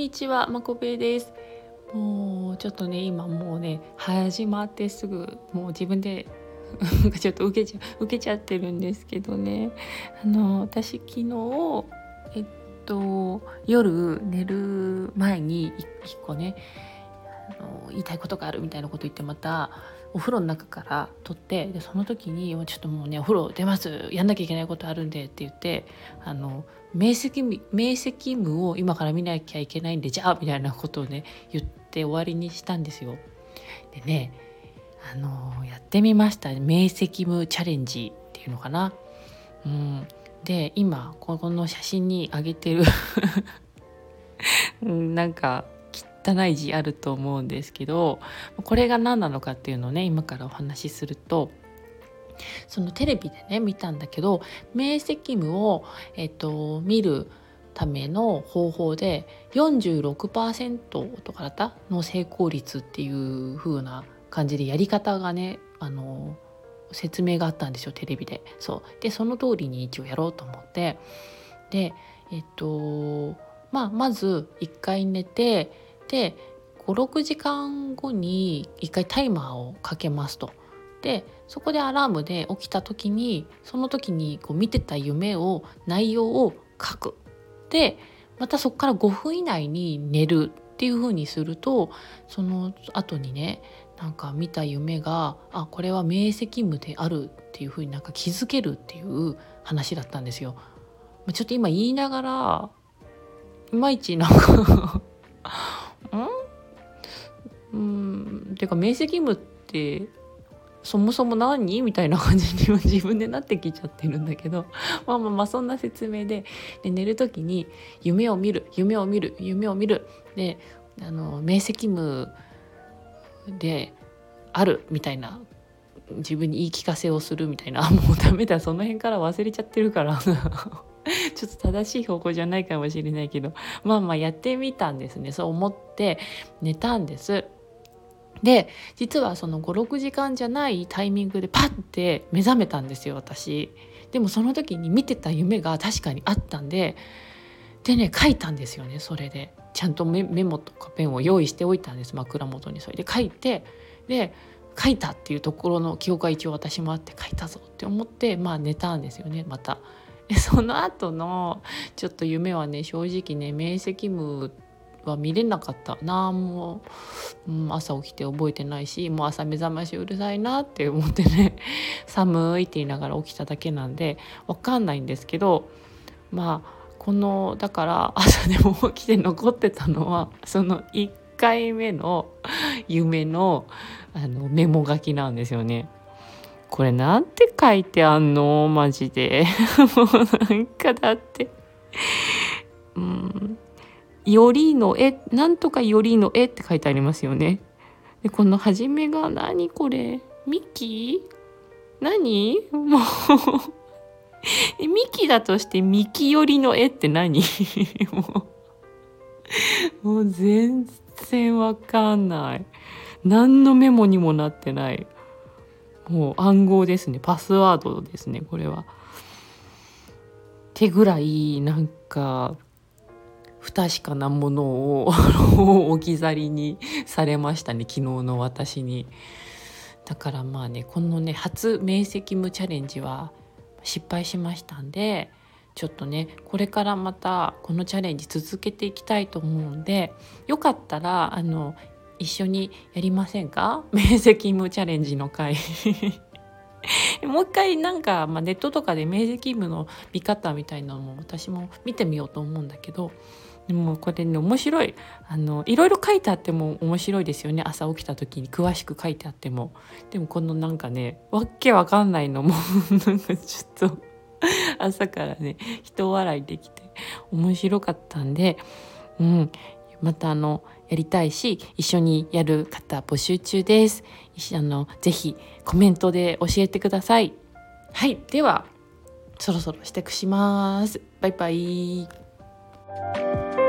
にちは、まこべです。もうちょっとね、今もうね始まってすぐもう自分でちょっと受けちゃってるんですけどね。私昨日夜寝る前に一個ね言いたいことがあるみたいなこと言って、またお風呂の中から撮って、でその時にちょっともうねお風呂出ます、やんなきゃいけないことあるんでって言って、明晰夢を今から見なきゃいけないんで、じゃあみたいなことをね言って終わりにしたんですよ。でね、やってみました。明晰夢チャレンジっていうのかな。で今この写真に上げてるなんか汚い字あると思うんですけど、これが何なのかっていうのをね今からお話しすると、そのテレビでね見たんだけど、明晰夢を、見るための方法で 46% とかだったの成功率っていう風な感じでやり方がね説明があったんですよ、テレビで。でその通りに一応やろうと思って、でまず1回寝て、で5、6時間後に1回タイマーをかけますと。でそこでアラームで起きた時に、その時に見てた内容を書く。でまたそこから5分以内に寝るっていう風にすると、その後にねなんか見た夢がこれは明晰夢であるっていう風になんか気づけるっていう話だったんですよ。ちょっと今言いながらいまいちなんかてか明晰夢ってそもそも何みたいな感じに自分でなってきちゃってるんだけどまあそんな説明で、寝る時に夢を見るで明晰夢であるみたいな自分に言い聞かせをするみたいな、もうダメだ、その辺から忘れちゃってるからちょっと正しい方向じゃないかもしれないけど、やってみたんですね。そう思って寝たんです。で実はその5、6時間じゃないタイミングでパッて目覚めたんですよ、私。でもその時に見てた夢が確かにあったんでね、書いたんですよね。それでちゃんとメモとかペンを用意しておいたんです、枕元に。それで書いて、で書いたっていうところの記憶が一応私もあって、書いたぞって思って寝たんですよね。またその後のちょっと夢はね、正直ね明晰夢は見れなかった。なんも、朝起きて覚えてないし、もう朝目覚ましうるさいなって思ってね寒いって言いながら起きただけなんでわかんないんですけど、このだから朝でも起きて残ってたのはその1回目の夢のメモ書きなんですよね。これなんて書いてあんのマジでもうなんかだってよりの絵なんとかよりの絵って書いてありますよね。でこの初めが何これ、ミキ何もうミキだとしてミキ寄りの絵って何もう全然わかんない。何のメモにもなってない。もう暗号ですね、パスワードですね、これは。ってぐらいなんか不確かなものを置き去りにされましたね、昨日の私に。だからこのね初明晰夢チャレンジは失敗しましたんで、ちょっとねこれからまたこのチャレンジ続けていきたいと思うんで、よかったら一緒にやりませんか？明晰夢チャレンジの回もう一回なんか、ネットとかで明晰夢の見方みたいなのも私も見てみようと思うんだけど、でもこれね面白い。いろいろ書いてあっても面白いですよね、朝起きた時に詳しく書いてあっても。でもこのなんかねわけわかんないのもなんかちょっと朝からね人笑いできて面白かったんで、またやりたいし一緒にやる方募集中です。ぜひコメントで教えてください。はい、ではそろそろ支度します。バイバイ。